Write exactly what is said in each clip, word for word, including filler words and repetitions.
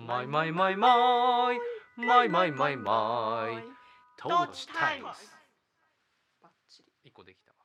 マイマイマイマイマイマイマイマイトーチタイムス。 バッチリいっこできたわ。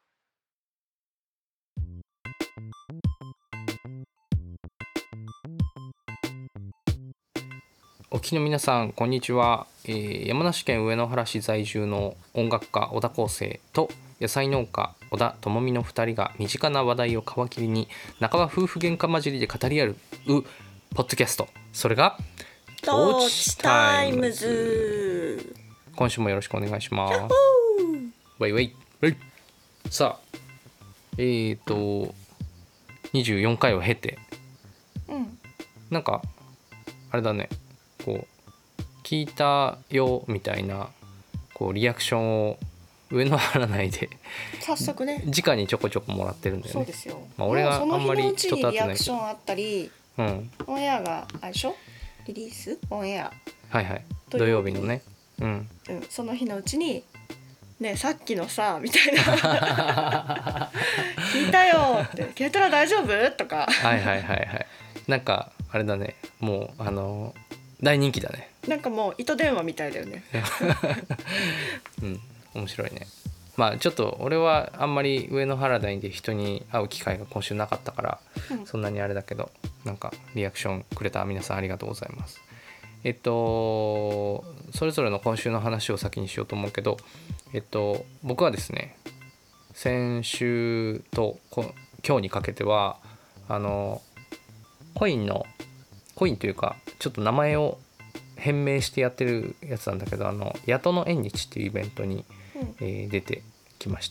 お聞きの皆さんこんにちは、えー、山梨県上野原市在住の音楽家小田康生と野菜農家小田智美のふたりが身近な話題を皮切りに半ば夫婦喧嘩交じりで語り合うポッドキャスト、それがトーチタイムズ。 今週もよろしくお願いします。ウェイウェイウェイ。さあえーとにじゅうよんかいを経て、 うん、 なんかあれだね、こう聞いたよみたいなこうリアクションを上野原内で早速ね直にちょこちょこもらってるんだよね。 そうですよ、 まあ、俺があんまりちょっとリアクションあったり、 うん、 オンエアがあれでしょ、リリースオンエア、 はいはい、土曜日のね、うん、 うん、その日のうちにね、さっきのさみたいな聞いたよって軽トラ大丈夫とかはいはいはいはい、なんかあれだね、もうあの大人気だね。 なんかもう糸電話みたいだよねうん、面白いね。まあちょっと俺はあんまり上野原台で人に会う機会が今週なかったから、うん、そんなにあれだけど、なんかリアクションくれた皆さんありがとうございます。えっとそれぞれの今週の話を先にしようと思うけど、えっと僕はですね、先週と今日にかけてはあのコインのコインというかちょっと名前を変名してやってるやつなんだけど、あの八戸の縁日っていうイベントに、うんえー、出てきました。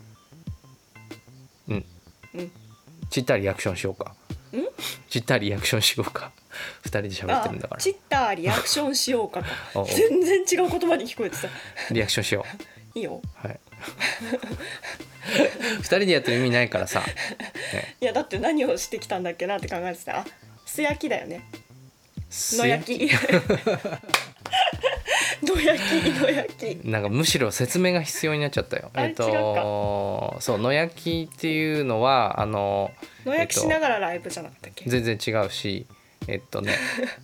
うん、うん、ちったリアクションしようか。んちったリアクションしようかふたりで喋ってるんだから。 ちったリアクションしようかか全然違う言葉に聞こえてた。 リアクションしよういいよ、 はいふたりでやってる意味ないからさ、 ね、いやだって何をしてきたんだっけなって考えてた。あ、素焼きだよね。野焼き野焼き野焼き、 なんかむしろ説明が必要になっちゃったよ。 えっとそう、野焼きっていうのはあの野焼きしながらライブじゃなかったっけ、 えっと、全然違うし、えっとね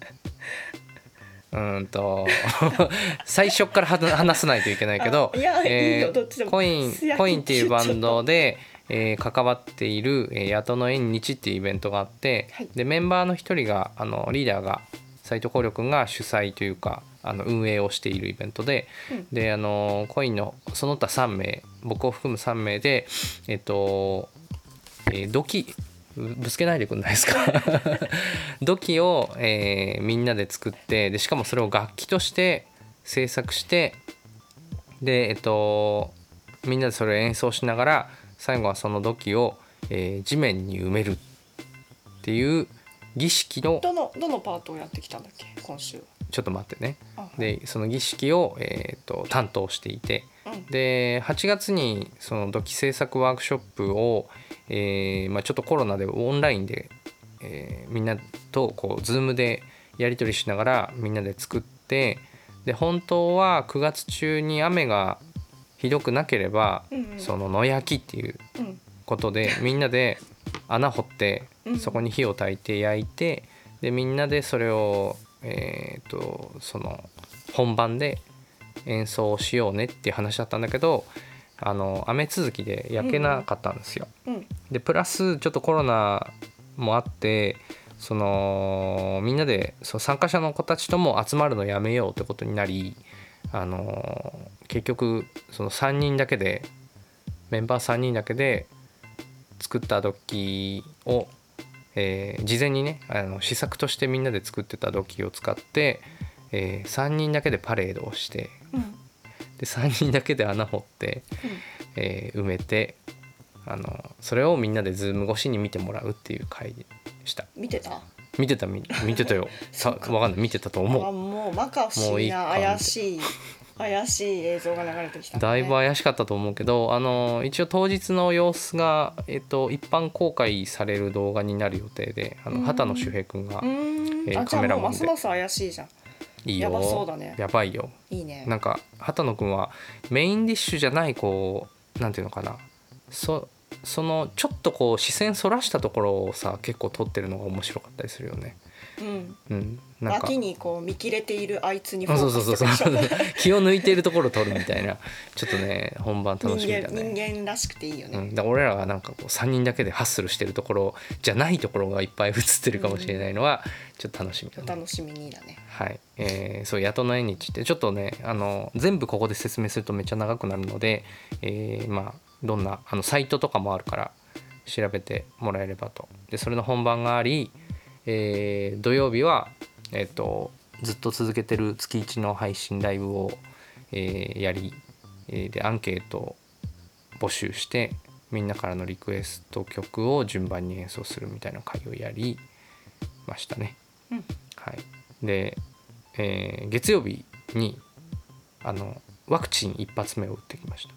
うんと最初から話さないといけないけど、 いや、えー、いいよどっちでも。 コインコインっていうバンドで、えー、関わっている、えー、八戸の縁日っていうイベントがあって、はい、でメンバーの一人があのリーダーが斉藤光良君が主催というかあの運営をしているイベントで、うん、であのコインのその他さんめい、僕を含むさんめいでえっと、えー、土器ぶつけないでくんないですか土器を、えー、みんなで作って、でしかもそれを楽器として制作して、でえっとみんなでそれを演奏しながら最後はその土器を、えー、地面に埋めるっていう儀式のどのどのパートをやってきたんだっけ今週。 ちょっと待ってね。でその儀式を、えー、と担当していて、うん、ではちがつにその土器制作ワークショップを、えーまあ、ちょっとコロナでオンラインで、えー、みんなとこう Zoom でやり取りしながらみんなで作って、で本当はくがつ中に雨がひどくなければ、うんうん、その野焼きっていうことで、うん、みんなで穴掘ってそこに火を焚いて焼いて、でみんなでそれをえー、とその本番で演奏しようねっていう話だったんだけど、あの雨続きで焼けなかったんですよ、うんうん、でプラスちょっとコロナもあってそのみんなでその参加者の子たちとも集まるのやめようってことになり、あの結局そのさんにんだけでメンバーさんにんだけで作った土器をえー、事前にねあの試作としてみんなで作ってた土器を使って、えー、さんにんだけでパレードをして、うん、でさんにんだけで穴掘って、うんえー、埋めて、あのそれをみんなでズーム越しに見てもらうっていう回でした。 見てた見てた見てたよわかんない見てたと思う。 あもう摩訶不思議な怪しい怪しい映像が流れてきた、ね、 だいぶ怪しかったと思うけど、あの一応当日の様子が、えっと、一般公開される動画になる予定で、あの畑野周平君が、えー、カメラマンで。あ、じゃあもうますます怪しいじゃん。 いいよ、 やばそうだね。 やばいよ。 いいね。 なんか畑野君はメインディッシュじゃないこうなんていうのかな、そそのちょっとこう視線そらしたところをさ結構撮ってるのが面白かったりするよね。 うんうん、なんか脇にこう見切れているあいつにフあォーそうそうそうカスしてそう気を抜いているところを撮るみたいなちょっとね本番楽しみだ人間ね。 人間らしくていいよね、 うん、だから俺らがなんかこうさんにんだけでハッスルしてるところじゃないところがいっぱい映ってるかもしれないのはちょっと楽しみだね。 お楽しみにだね。 はい、えー、そう八戸の縁日ってちょっとねあの全部ここで説明するとめっちゃ長くなるので、えー、まあどんなあのサイトとかもあるから調べてもらえればと。でそれの本番があり、えー、土曜日は、えー、とずっと続けてる月いちの配信ライブを、えー、やり、えー、でアンケートを募集してみんなからのリクエスト曲を順番に演奏するみたいな会をやりましたね。 うんはい、で、えー、月曜日にあのワクチン一発目を打ってきました。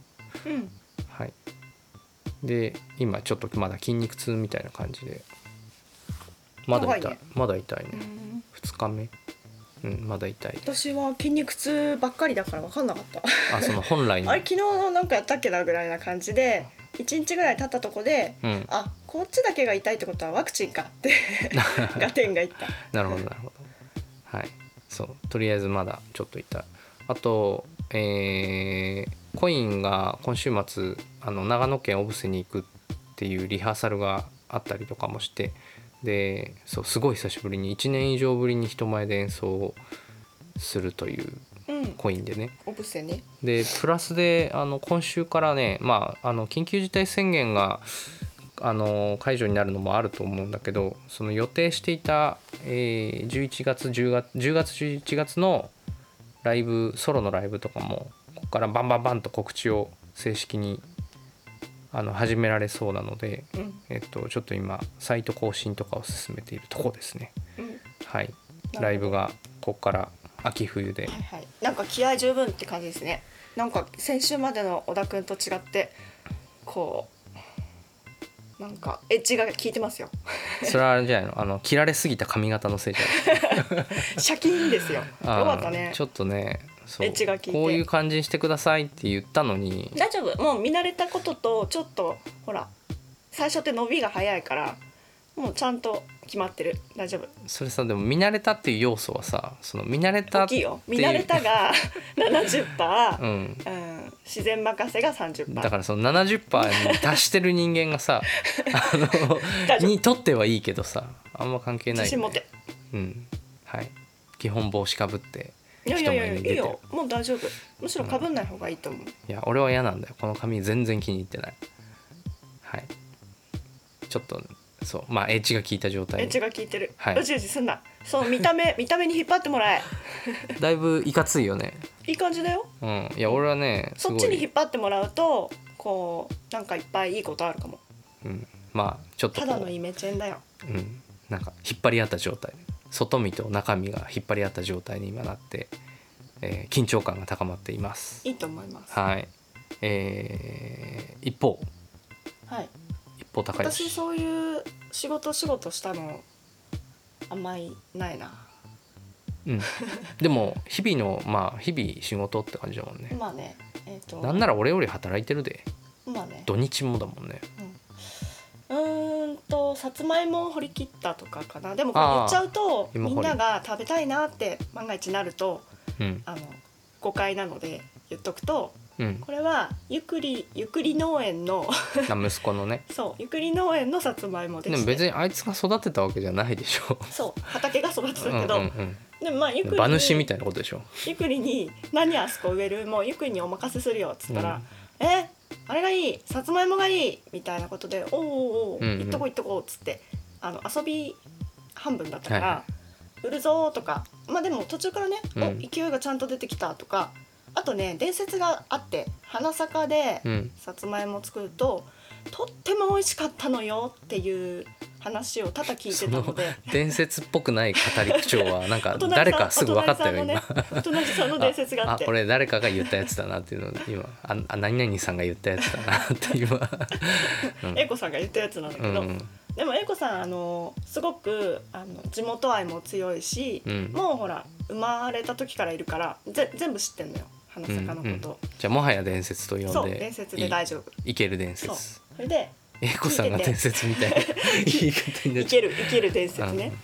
うんはい、で今ちょっとまだ筋肉痛みたいな感じでまだ痛い、 怖いねまだ痛いね、 うんふつかめ、うん、まだ痛い。 私は筋肉痛ばっかりだから分かんなかったあその本来のあれ昨日なんかやったっけなぐらいな感じでいちにちぐらい経ったとこで、 うん、 あこっちだけが痛いってことはワクチンかってガテンが言ったなるほどなるほど。はいそうとりあえずまだちょっと痛い。あと、えー、コインが今週末あの長野県小布施に行くっていうリハーサルがあったりとかもして、でそうすごい久しぶりにいちねん以上ぶりに人前で演奏をするといううんコインでね。 オブセね。 でプラスであの今週からね、まあ、あの緊急事態宣言があの解除になるのもあると思うんだけど、その予定していた、えー、じゅういちがつじゅうがつじゅうがつじゅういちがつのライブソロのライブとかもここからバンバンバンと告知を正式にあの始められそうなので、 うんえっと、ちょっと今サイト更新とかを進めているとこですね。 うんはいどライブがここから秋冬ではいはい、なんか気合十分って感じですね。なんか先週までの小田くんと違ってこうなんかエッジが効いてますよ。 それはあれじゃないの、あの切られすぎた髪型のせいじゃないシャキーンですよ。よあーかったねちょっとねそうエッジが効いてこういう感じにしてくださいって言ったのに大丈夫、もう見慣れたこととちょっとほら最初って伸びが早いからもうちゃんと決まってる。大丈夫。 それさでも見慣れたっていう要素はさその見慣れたっていう大きいよ。見慣れたが ななじゅっパーセント、 うんうん、自然任せが さんじゅっパーセント。 だからその ななじゅっパーセント に達してる人間がさあの大丈夫にとってはいいけどさあんま関係ないよね、 自信持て。 うんはい基本帽子かぶっていやい人やいやいい前に出てるよ。もう大丈夫。むしろ被んない方がいいと思う。 いや俺は嫌なんだよこの髪全然気に入ってない。はいちょっとそうまあエッジが効いた状態エッジが効いてる。 はいうじうじすんな。そう見た目見た目に引っ張ってもらえ。 だいぶいかついよね。 いい感じだよ。 うんいや俺はねすごいそっちに引っ張ってもらうとこうなんかいっぱいいいことあるかも。 うん、まあちょっとこうただのイメチェンだよ。 うん、なんか引っ張り合った状態外身と中身が引っ張り合った状態に今なって、えー緊張感が高まっています。 いいと思います。 はい、えー一方はい。 一方高私吉そういう仕事仕事したのあんまりないな。 うん、でも日々のまあ日々仕事って感じだもんね。 まあねえっ、となんなら俺より働いてるでまあね土日もだもんね。 うーんとさつまいもを掘り切ったとかかな。でもこれあー言っちゃうと芋掘りみんなが食べたいなって万が一なるとうんあの誤解なので言っとくとうんこれはゆくりゆくり農園のあ息子のねそうゆくり農園のさつまいもでしてでも別にあいつが育てたわけじゃないでしょ。 そう畑が育てたけど、 うんうんでもまあゆくうん、 り馬主みにたいなことでしょ。 ゆくりに何あそこ植えるもうゆくりにお任せするよっつったら、えあれがいいさつまいもがいいみたいなことでおうおうおう、 うんうん行っとこう行っとこうっつってあの遊び半分だったから、 は売るぞーとかまあでも途中からね、 うんお勢いがちゃんと出てきたとかあとね伝説があって花坂でうんさつまいもを作るととっても美味しかったのよっていう話を多々聞いてたので伝説っぽくない語り口調はなんかお隣さん誰かすぐ分かったよお隣今。 さんのねお隣さんの伝説があってあこれ誰かが言ったやつだなっていうのを今ああ何々さんが言ったやつだなって今、うん英子さんが言ったやつなんだけど、 うんでも英子さんあのすごくあの地元愛も強いし、 うんもうほら生まれた時からいるからぜ全部知ってんのよ花坂のこと、 うんうんじゃあもはや伝説と呼んでそう伝説で大丈夫いいける伝そう説それで英子さんが伝説みたいな言い方になっいちゃうけるいける伝説ね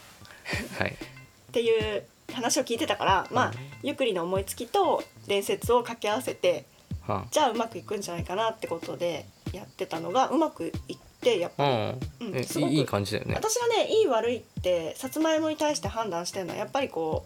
はいっていう話を聞いてたから、まあ、 うんゆくりの思いつきと伝説を掛け合わせてはじゃあうまくいくんじゃないかなってことでやってたのがうまくいってやっぱり、 あうんえうんすごくいいいい感じだよね。 私がねいい悪いってさつまいもに対して判断してるのはやっぱりこ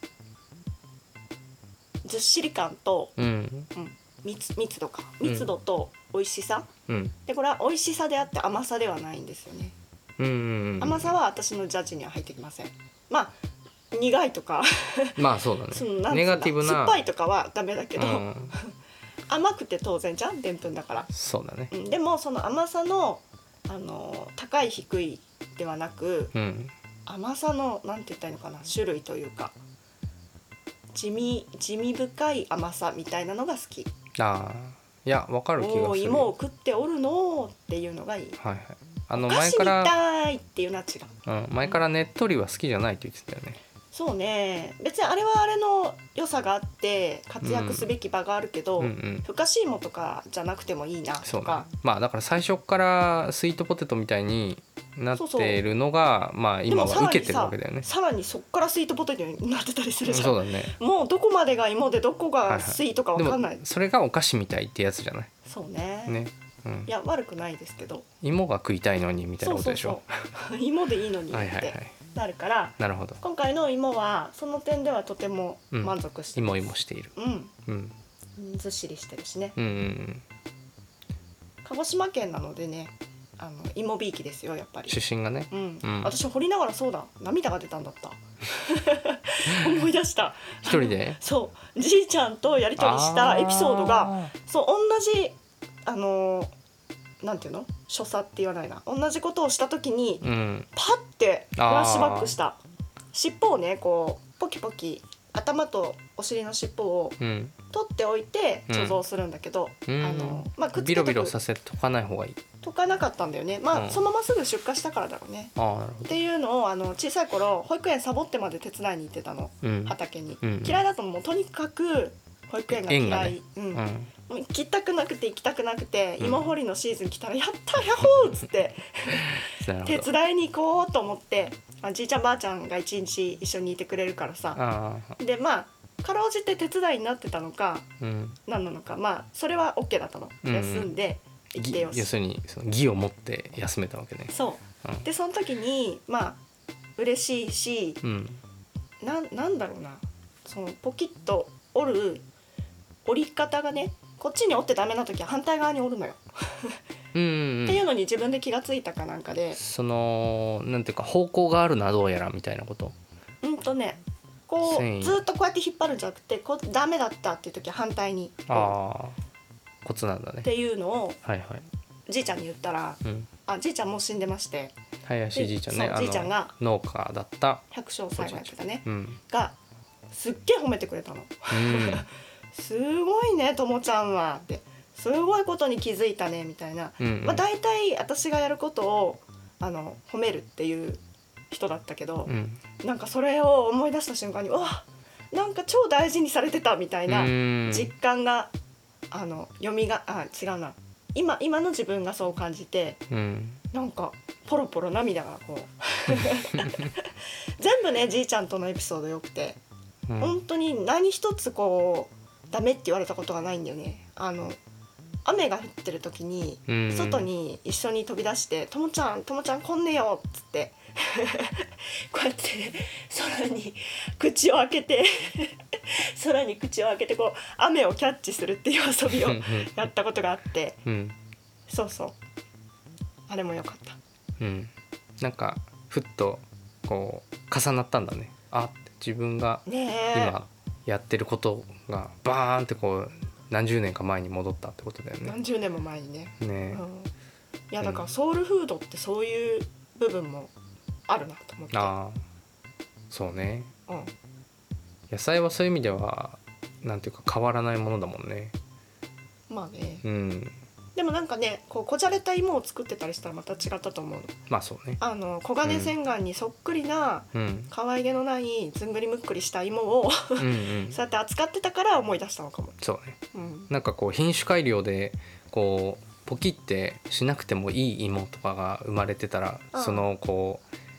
うずっしり感と、 うんうん、密, 密度か密度と美味しさ、 うんでこれは美味しさであって甘さではないんですよね。 うんうんうん甘さは私のジャッジには入ってきません。まあ苦いとかまあそうだねそのなんつうんだネガティブな酸っぱいとかはダメだけど、 うん甘くて当然じゃんでんぷんだから、 そうだねうん、でもその甘さの、あの高い低いではなくうん甘さのなんて言ったらいいのかな種類というか地味地味深い甘さみたいなのが好き。 ああいやわかる気がおーする芋を食っておるのっていうのがいい。 はいはいあのお菓子み前からたいっていうのは違う。 うん前からねっとりは好きじゃないって言ってたよね。 そうね別にあれはあれの良さがあって活躍すべき場があるけど、 うんうんふかし芋とかじゃなくてもいいなそうねとか。 まあだから最初からスイートポテトみたいになってるのがまあでもさらに今は受けてるわさけだよね。 さらにそっからスイートポテトになってたりするじゃん。 そうだねもうどこまでが芋でどこがスイートかで分かんない、 もそれがお菓子みたいってやつじゃないそうねね、うんい、や悪くないですけど芋が食いたいのにみたいなことでしょ。 そうそうそう芋でいいのにっはいはいはいてなるからなるほど今回の芋はその点ではとても満足してます、 芋芋しているうんうんずっしりしてるしね。 うんうん鹿児島県なのでねあの芋びいきですよやっぱり。 出身がねうんうん私掘りながらそうだ涙が出たんだった思い出した一人でそうじいちゃんとやり取りしたエピソードがそう同じあのーなんていうの所作って言わないな同じことをした時にうんパッてフラッシュバックした尻尾をねこうポキポキ頭とお尻の尻尾をうん取っておいて貯蔵するんだけど、 うんあのまあ、くっつビロけとくビロさせとかない方がいい。 溶かなかったんだよねまあ、 うんそのまますぐ出荷したからだろうねああなるほど。 っていうのをあの小さい頃保育園サボってまで手伝いに行ってたのうん畑に、 うん嫌いだともうとにかく保育園が嫌い、 園がねうんうんもう行きたくなくて行きたくなくて、 うん芋掘りのシーズン来たらやったヤッホーっつって手なるほど。 伝いに行こうと思ってあじいちゃんばあちゃんが一日一緒にいてくれるからさああでまあかろうじて手伝いになってたのかうん何なのかまあそれは OK だったの、 うんうん休んで生きてぎよし要するにその義を持って休めたわけね。 そううんでその時にまあ嬉しいしうんななんだろうなそのポキッと折る折り方がねこっちに折ってダメな時は反対側に折るのよ、 うんうんっていうのに自分で気がついたかなんかでそのなんていうか方向があるなどうやらみたいなこと。 うんとねこ繊維うずっとこうやって引っ張るんじゃなくてこうダメだったっていう時は反対にこうああコツなんだねっ。ていうのをはいはい。 じいちゃんに言ったらうん。 あじいちゃんもう死んでまして林じいちゃんねそうあじいちゃんがの農家だった。 百姓栽培やってたねうんがすっげえ褒めてくれたの。 うんすごいねともちゃんはってすごいことに気づいたねみたいな、 うんうんまあ、大体私がやることをあの褒めるっていう人だったけど、 うんなんかそれを思い出した瞬間にうわなんか超大事にされてたみたいなうん実感があの読みがあ違うな今今の自分がそう感じてうんなんかポロポロ涙がこう全部ねじいちゃんとのエピソードよくて、 うん本当に何一つこうダメって言われたことがないんだよね。あの雨が降ってる時にうん外に一緒に飛び出して「ともちゃんともちゃん来んねよ」っつってこうやって空に口を開けて空に口を開けてこう雨をキャッチするっていう遊びをやったことがあってうんそうそうあれもよかった。 うんなんかふっとこう重なったんだね。あって自分がねえ今やってることがバーンってこう何十年か前に戻ったってことだよね。 何十年も前にね、 ねうん、いやだからソウルフードってそういう部分もあるなと思って、 ああそうね。 うん、 野菜はそういう意味ではなんていうか変わらないものだもんね。 まあねうんでもなんかねこうこじゃれた芋を作ってたりしたらまた違ったと思うの。 まあそうね。 あの黄金千貫にそっくりな、 うん可愛げのないずんぐりむっくりした芋をうんうんそうやって扱ってたから思い出したのかも。 そうね。 うん、 なんかこう品種改良でこうポキってしなくてもいい芋とかが生まれてたらうんそのこう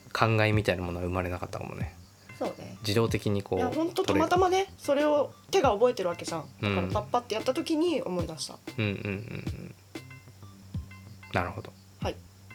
考えみたいなものは生まれなかったかもね。 そうね。 自動的にこういや本当たまたまねそれを手が覚えてるわけじゃん。だからうんパッパってやった時に思い出した。 うんうんうんうんなるほど。 はい。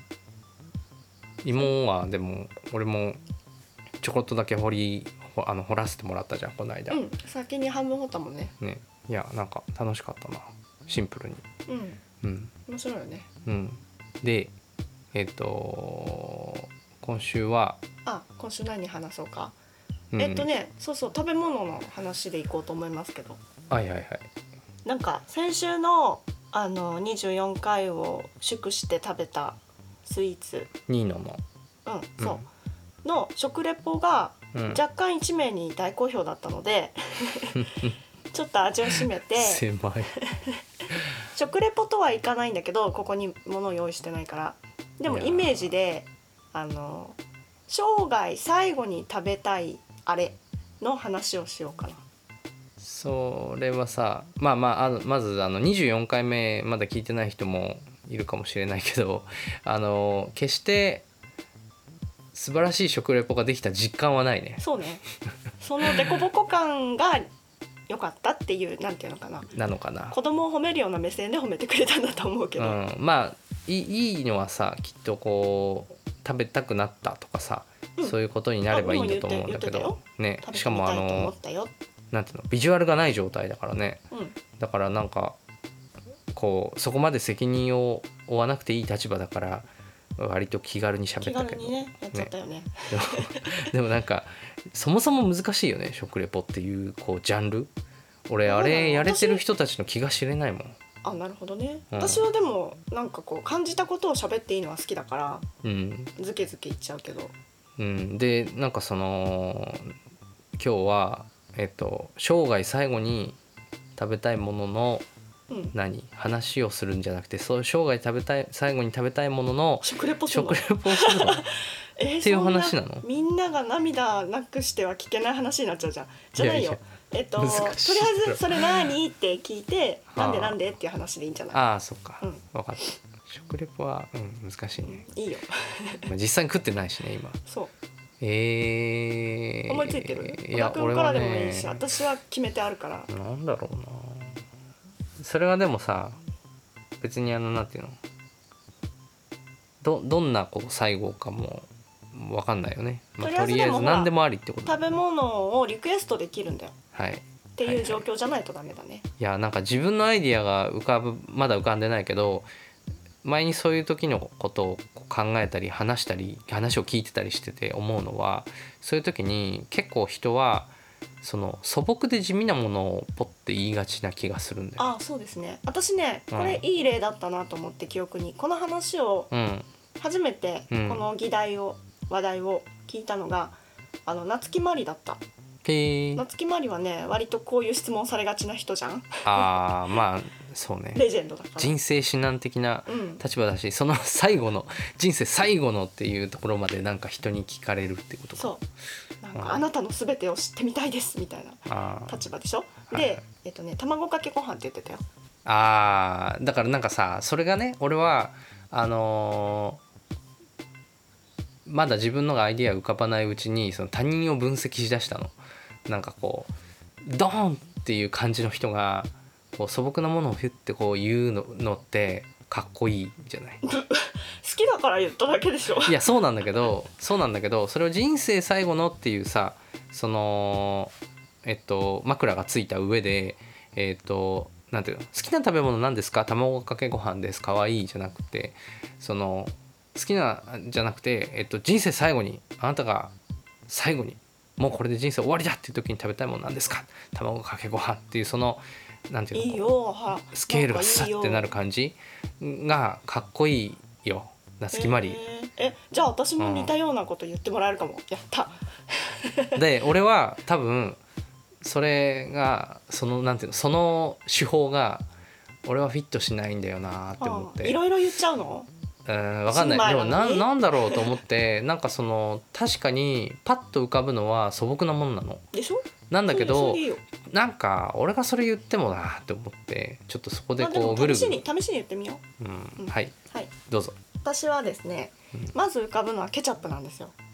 芋はでも俺もちょこっとだけ掘りほあの掘らせてもらったじゃんこの間、 うん先に半分掘ったもんね。 ね。いやなんか楽しかったなシンプルに。 うんうん面白いよね。 うんでえっ、と今週は、 あ今週何話そうか。 うん、 えっとねそうそう食べ物の話でいこうと思いますけど、 はいはいはいなんか先週のあのにじゅうよんかいを祝して食べたスイーツ、 ニーノの、 うんそうの食レポがうん、 若干いち名に大好評だったのでちょっと味を占めて狭い食レポとはいかないんだけどここに物を用意してないからでもいやーイメージであの生涯最後に食べたいあれの話をしようかな。 それはさまあまああのまずあのにじゅうよんかいめまだ聞いてない人もいるかもしれないけどあの決して素晴らしい食レポができた実感はないね。 そうねそのデコボコ感が良かったっていうなんていうのかななのかな。 子供を褒めるような目線で褒めてくれたんだと思うけど、 うん、まあいいいいのはさきっとこう食べたくなったとかさ、うん、そういうことになればいいんだと思うんだけどね。しかもあのなんていうのビジュアルがない状態だからね、 うん、 だからなんかこうそこまで責任を負わなくていい立場だから割と気軽に喋ったけど、 気軽にねやっちゃったよね。 でもでもなんかそもそも難しいよね食レポっていうこうジャンル。俺あれやれてる人たちの気が知れないもん。 あなるほどね、 うん、 私はでもなんかこう感じたことを喋っていいのは好きだから、 うん、 ズケズケ言っちゃうけど、 うん、でなんかその今日はえっと生涯最後に食べたいもののうん、 何話をするんじゃなくてそう生涯食べたい最後に食べたいものの食レポするの食レポをするのえー、 っていう話なの。 みんなが涙なくしては聞けない話になっちゃうじゃん。じゃないよ。 いやいやえっととりあえずそれ何って聞いてなんでなんでっていう話でいいんじゃない。 ああそっか、 うん、 分かった。食レポは、うん、難しいね。 いいよ実際に食ってないしね今。 そうえー、 思いついてる。 いや小田君からでもいいし、 俺はね、 私は決めてあるから。 なんだろうな。それはでもさ別にあのなんていうの ど, どんなこう最後かも分かんないよね、まあ、とりあえず何でもありってこと食べ物をリクエストできるんだよ、 はい、 っていう状況じゃないとダメだね、はいはい、 いやなんか自分のアイディアが浮かぶまだ浮かんでないけど前にそういう時のことを考えたり話したり話を聞いてたりしてて思うのはそういう時に結構人はその素朴で地味なものをポッて言いがちな気がするんだよ。 ああそうですね。私ねこれいい例だったなと思って記憶にこの話を初めてこの議題を、うん、話題を聞いたのがあの夏木マリだった。 へ夏木マリはね割とこういう質問されがちな人じゃん。 ああまあそうね。 レジェンドだから。 人生指南的な立場だし、うん、その最後の人生最後のっていうところまでなんか人に聞かれるってことか。 そうなんかあなたのすべてを知ってみたいですみたいな立場でしょ。で、はい、えっとね卵かけご飯って言ってたよ。 あーだからなんかさそれがね俺はあのー、まだ自分のがアイディア浮かばないうちにその他人を分析しだしたの。なんかこうドーンっていう感じの人がこう素朴なものをフュッてこう言う の, のってかっこいいじゃない。 好きだから言っただけでしょ。 いやそうなんだけどそうなんだけどそれを人生最後のっていうさそのえっと枕がついた上でえっとなんていうの好きな食べ物なんですか卵かけご飯ですかわいいじゃなくてその好きなじゃなくて、えっと、人生最後にあなたが最後にもうこれで人生終わりだっていう時に食べたいものなんですか卵かけご飯っていうそのなんていうのいいよスケールがスッってなる感じがかっこいいよ夏木マリ。 えー、えじゃあ私も似たようなこと言ってもらえるかも、うん、やったで俺は多分それがそのなんていうのその手法が俺はフィットしないんだよなって思って。 いろいろ言っちゃうの？ うん、分かんない。でも な, なんだろうと思ってなんかその確かにパッと浮かぶのは素朴なものなのでしょ。 なんだけどなんか俺がそれ言ってもなって思ってちょっとそこでこうぐるぐる試しに試しに言ってみよう、 うんうん、はい、 はい、 どうぞ。 私はですね、うん、まず浮かぶのはケチャップなんですよ。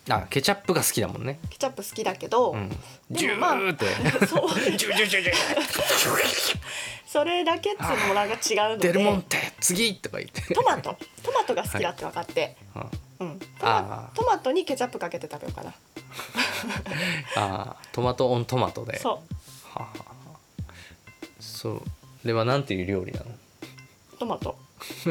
あケチャップが好きだもんね。 ケチャップ好きだけど、 うん、 でジュもまあーってそうジュジュジュジュそれだけっつうのもなんか違うのでデルモンテ次とか言ってトマトトマトが好きだって分かって、 はいうん、トあマトマトにケチャップかけて食べようかな。 あートマトオントマトでそうはあはあそれはなんていう料理なの？ トマト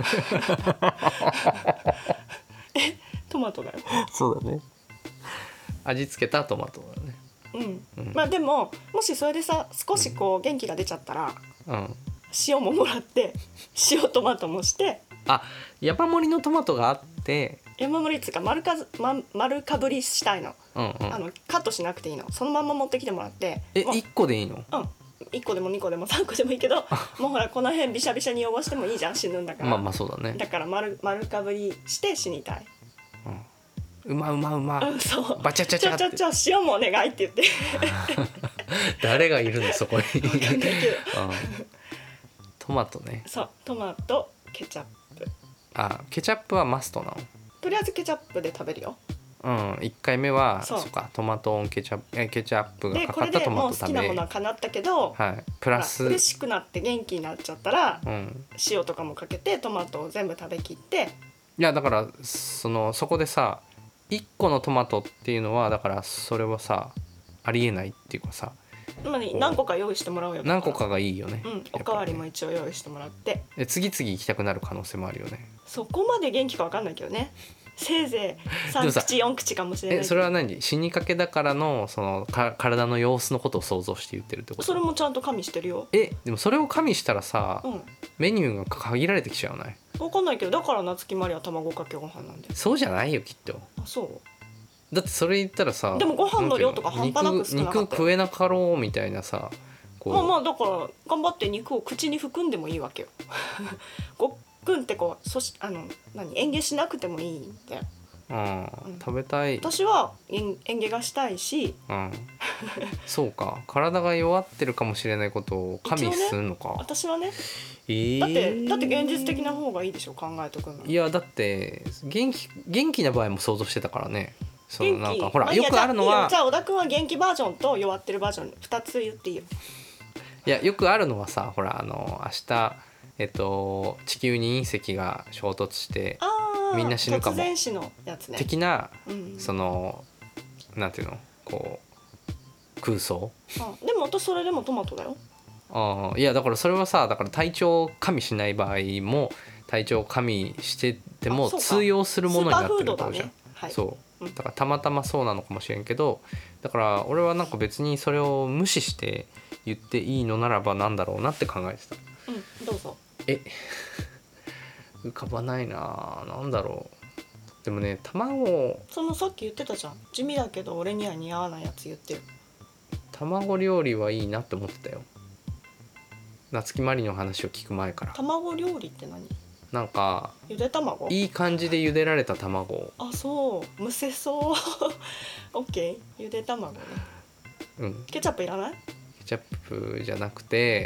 えトマトだよ。 そうだね。味付けたトマトだね。 うん、 うんまあでももしそれでさ少しこう元気が出ちゃったらうん塩ももらって塩トマトもしてあ山盛りのトマトがあって山盛りっつうか丸かず、ま、丸かぶりしたいの、 うんうんあのカットしなくていいの、そのまんま持ってきてもらってもうえ一個でいいの？ うんいっこでもにこでもさんこでもいいけどもうほらこの辺びしゃびしゃに汚してもいいじゃん死ぬんだから、 まあまあそうだね。 だから丸丸かぶりして死にたい。 うまうまうまうんそうバチャチャチャってちょちょちょ塩もお願いって言って誰がいるのそこにわかんないけどうんトマトね。 そうトマトケチャップあケチャップはマストなの？ とりあえずケチャップで食べるよ。 うんいっかいめはそそううかトマトオンケチャップえケチャップがでかかったトこれでもうマト食べ好きなものは叶ったけど、 はいプラスほら嬉しくなって元気になっちゃったらうん塩とかもかけてトマトを全部食べきって。 いやだからそのそこでさいっこのトマトっていうのはだからそれはさありえないっていうかさつまり何個か用意してもらうよ。 何個かがいいよね。 うんおかわりも一応用意してもらって、 え次々行きたくなる可能性もあるよね。 そこまで元気か分かんないけどねせいぜいさんでもさ口よん口かもしれないけど。 えそれは何死にかけだからのそのか体の様子のことを想像して言ってるってこと？ それもちゃんと加味してるよ。 えでもそれを加味したらさ、 うんメニューが限られてきちゃうない？ 分かんないけどだから夏木マリは卵かけご飯なんで。 そうじゃないよきっと。 あそだってそれ言ったらさでもご飯の量とか半端なく少なかったよ肉肉食えなかろうみたいなさこううまあまあだから頑張って肉を口に含んでもいいわけよごっくんってこうそしあの何嚥下しなくてもいいんだよ。 うんうん食べたい、 私は嚥嚥下がしたいしうん、そうか体が弱ってるかもしれないことを加味するのか、 私はねえーだってだって現実的な方がいいでしょ考えとくの。 いやだって元気元気な場合も想像してたからね。その元気なんかほら、 まあいいやよくあるのはじゃあいいよじゃあ小田君は元気バージョンと弱ってるバージョンふたつ言っていいよ。 いやよくあるのはさほらあの明日えっと地球に隕石が衝突してあーみんな死ぬかも突然死のやつね。 的な、 うんそのなんていうのこう空想あでも私それでもトマトだよ。 あいやだからそれはさだから体調を加味しない場合も体調を加味しててもあそうか通用するものになってるってことじゃん、 スーパーフードだねはいそうだからたまたまそうなのかもしれんけどだから俺はなんか別にそれを無視して言っていいのならばなんだろうなって考えてた。 うんどうぞ。 え浮かばないななんだろう。でもね卵そのさっき言ってたじゃん地味だけど俺には似合わないやつ言ってる。 卵料理はいいなって思ってたよ夏木マリの話を聞く前から。 卵料理って何？ なんかゆで卵？ いい感じで茹でられた卵、 あそうむせそうオッケーゆで卵ね。 うん、 ケチャップいらない？ ケチャップじゃなくて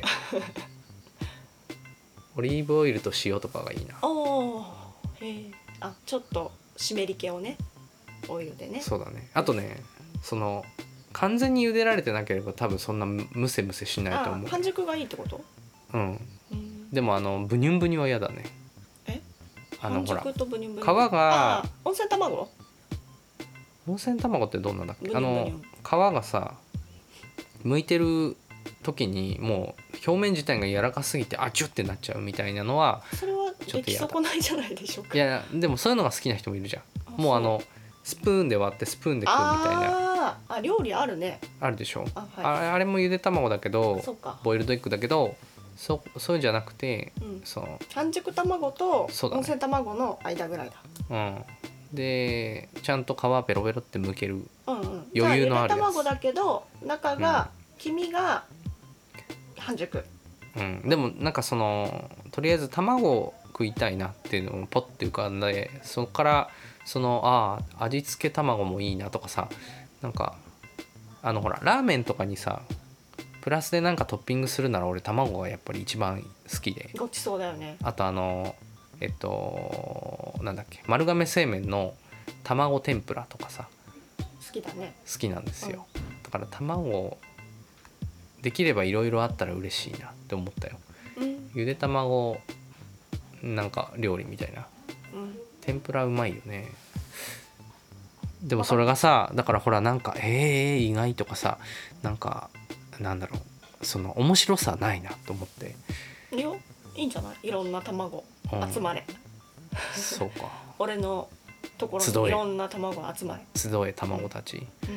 オリーブオイルと塩とかがいいな。 おーへえあちょっと湿り気をねオイルでね。 そうだね。あとねその完全に茹でられてなければ多分そんなむせむせしないと思う。 あ半熟がいいってこと？ うんうんでもあのブニュンブニュは嫌だね。 えあのほら半熟とブニュンブニュン皮があ温泉卵？ 温泉卵ってどんなんだっけ？ ブニュンブニュンあの皮がさ剥いてる時にもう表面自体が柔らかすぎてあチュってなっちゃうみたいなのはそれは出来ちょっと嫌だ損ないじゃないでしょうか。 いやでもそういうのが好きな人もいるじゃん。 あもうあのスプーンで割ってスプーンで食うみたいなあーあ料理あるね。 あるでしょ。 ああはいあれもゆで卵だけどそうかボイルドエッグだけどそそういうんじゃなくてうんその半熟卵とそうだね温泉卵の間ぐらいだ。 うんでちゃんと皮ペロペロって剥ける。 うんうん。 余裕のあるやつじゃゆで卵だけど中が、黄身が半熟。 うん、でもなんかそのとりあえず卵を食いたいなっていうのをポッて浮かんでそこからそのああ味付け卵もいいなとかさなんかあのほらラーメンとかにさプラスでなんかトッピングするなら俺卵がやっぱり一番好きでごちそうだよね。 あとあのえっとなんだっけ丸亀製麺の卵天ぷらとかさ好きだね。 好きなんですよ、うん、だから卵できればいろいろあったら嬉しいなって思ったよ、うん、ゆで卵なんか料理みたいな、うん、天ぷらうまいよね。でもそれがさだからほらなんかえー意外とかさなんかなんだろうその面白さないなと思って。 いやいいんじゃないいろんな卵集まれ、うん、 そうか俺のところにいろんな卵集まれ集え卵たち、うん、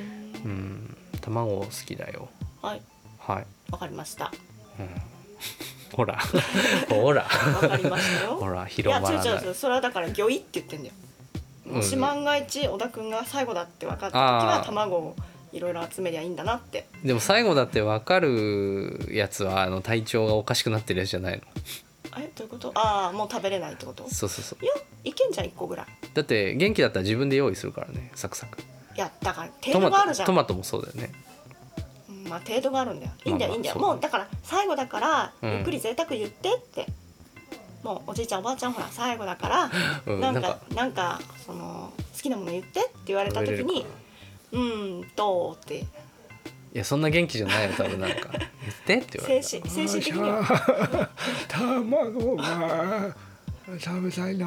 うん、卵好きだよ。 はいはいわかりました、 うん、ほらほらわかりましたよほら広まらない。 いや違う違うそれはだから魚いって言ってんだよ。もし万が一小田くんが最後だって分かった時は卵をいろいろ集めりゃいいんだなって。 でも最後だって分かるやつはあの体調がおかしくなってるやつじゃないの？ えどういうこと？ああもう食べれないってこと？ そうそうそう。 いやいけんじゃんいっこぐらい。 だって元気だったら自分で用意するからねサクサク。 いやだから程度があるじゃん。 トマトもそうだよね。 まあ程度があるんだよ。いいんだよ、まあまあ、いいんだよ。もうだから最後だから、うん、ゆっくり贅沢言ってって。もうおじいちゃんおばあちゃんほら最後だから、うん、なんかなんか、なんかその好きなもの言ってって言われた時にうーんとって。 いやそんな元気じゃないよ多分なんか言ってって言われた。 精神精神的には卵が食べたいな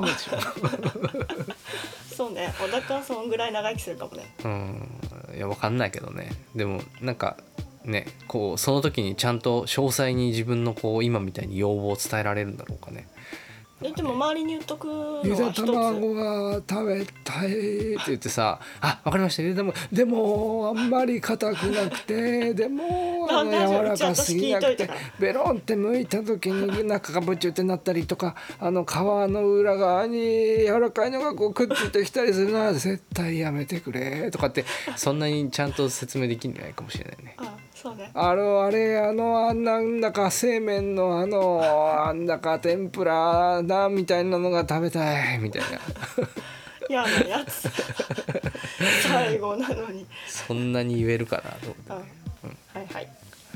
そうね小田君はそんぐらい長生きするかもね。 うんいや分かんないけどね。でもなんかねこうその時にちゃんと詳細に自分のこう今みたいに要望を伝えられるんだろうかね。 えでも周りに言っとくのはゆで一つ。 卵が食べたいって言ってさあ分かりましたゆで卵でもあんまり硬くなくてでもあの柔らかすぎなくてベロンって剥いた時に中がブチュってなったりとかあの皮の裏側に柔らかいのがこうくっついてきたりするのは絶対やめてくれとかってそんなにちゃんと説明できないかもしれないね。 あそうね。 あのあれあのあんなんだか製麺のあのあんだか天ぷらだみたいなのが食べたいみたいな嫌なやつ最後なのにそんなに言えるかなと思って、ねうん、はいはい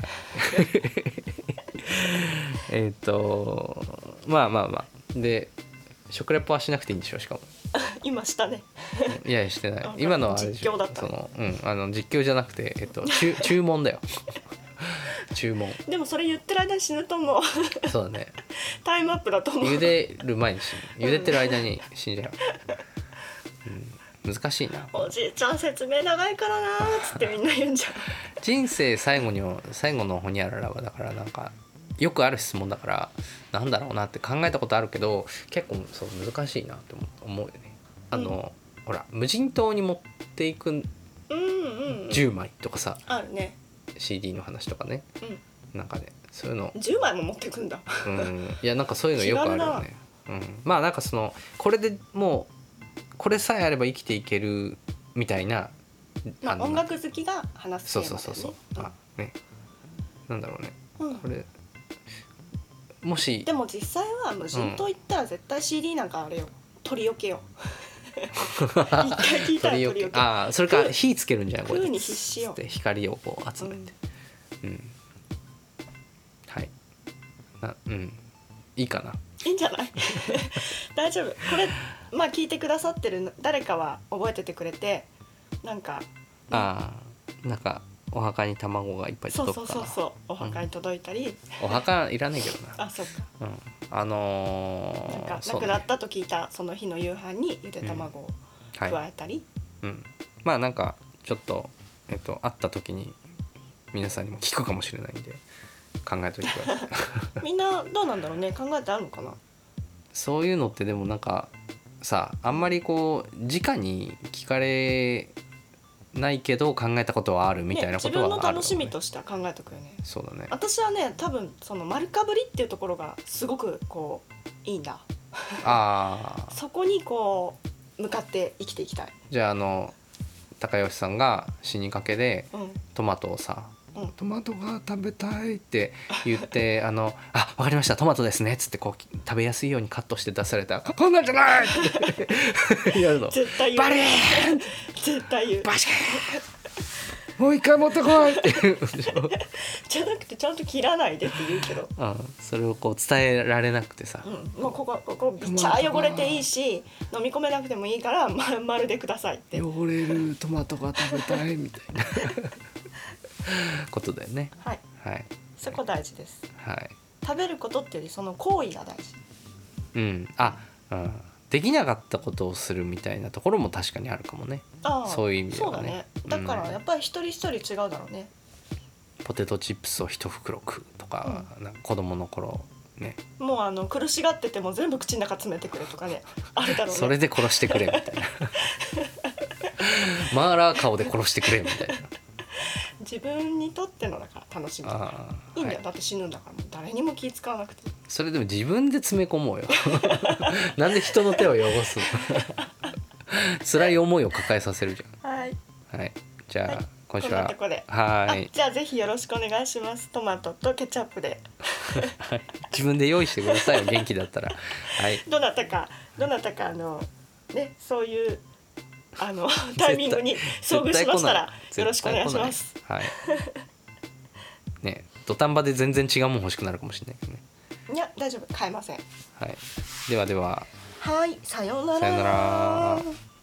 えっとまあまあまあで食レポはしなくていいんでしょしかも今したねいやしてない今のはあれでしょ実況だった、 その、うん、あの実況じゃなくて、えっと、注, 注文だよ注文でもそれ言ってる間に死ぬと思うそうだねタイムアップだと思う。 茹でる前に死ぬ茹でてる間に死んじゃう、うん、難しいな。 おじいちゃん説明長いからなーっつってみんな言うんじゃん人生最後に最後のホニャララはだからなんかよくある質問だからなんだろうなって考えたことあるけど結構そう難しいなって思うよね。あの、うん、ほら無人島に持っていくじゅうまいとかさ、 あるねシーディー の話とかね、うん、なんかねそういうのじゅうまいも持っていくんだうんいやなんかそういうのよくあるよね、うん、まあなんかそのこれでもうこれさえあれば生きていけるみたいな、 まあ、音楽好きが話すテーマだよね。 そうそうそうそう、うん、あねなんだろうね、 うん、 これもしでも実際は無人島行ったら絶対 シーディー なんかあれよ取りよけよ一回聞いたら取りよけああそれか火つけるんじゃないこれ空に必死よ光をこう集めて、うん、うん、はいなうんいいかないいんじゃない大丈夫これまあ聞いてくださってる誰かは覚えててくれてなんか、 うん、ああなんかお墓に卵がいっぱい届くかな。 そうそうそうそうお墓に届いたり、 うん、お墓いらないけどなあそうか、 うん、あのー、 なんか亡くなったと聞いたその日の夕飯にゆで卵を加えたり、 うんはいうん、まあなんかちょっと、えっと、会った時に皆さんにも聞くかもしれないんで考えといてくださいみんなどうなんだろうね考えてあるのかな。 そういうのってでもなんかさあんまりこう直に聞かれないけど考えたことはあるみたいなことはある、ねね、 自分の楽しみとしては考えとくよね。 そうだね。 私はね多分その丸かぶりっていうところがすごくこういいんだあそこにこう向かって生きていきたい。 じゃああの高吉さんが死にかけで、 うん、 トマトをさ、 うん、トマトが食べたいって言ってあのあわかりましたトマトですねっつってこう食べやすいようにカットして出されたこんなんじゃないってやるの絶対言うバリーン絶対言うバシもう一回持ってこいって言うじゃなくてちゃんと切らないでって言うけど、 うん、それをこう伝えられなくてさ、 うん、もうここここびっちゃ汚れていいし飲み込めなくてもいいから、ま、丸でくださいって汚れるトマトが食べたいみたいなことだよね。 はい、 はい、 そこ大事です。 はい、 食べることっていうよりその行為が大事。 うん、あ、うん、できなかったことをするみたいなところも確かにあるかもね。 ああ、 そういう意味ではね。 そうだね。だからやっぱり一人一人違うだろうね。 うん、ポテトチップスを一袋食うとか、うん、なんか子供の頃ね。 もうあの苦しがってても全部口の中詰めてくれとかね、あるだろうね。 それで殺してくれみたいな。マーラー顔で殺してくれみたいな。 自分にとってのだから楽しみだからいいんだよ、はい、だって死ぬんだからもう誰にも気使わなくて。 それでも自分で詰め込もうよ。なんで人の手を汚すの。辛い思いを抱えさせるじゃん。はい、はい、じゃあ、はい、今週はこんなとこで、はい、 じゃあぜひよろしくお願いします。トマトとケチャップで。 はい、自分で用意してくださいよ、元気だったら。はい、 どなたかどなたかあのね、そういうあのタイミングに遭遇しましたらよろしくお願いします。はい。 ね、土壇場で全然違うもん欲しくなるかもしれないけどね。 いや大丈夫、買えません。 はい。ではでは。 はい、さようなら。 さようなら。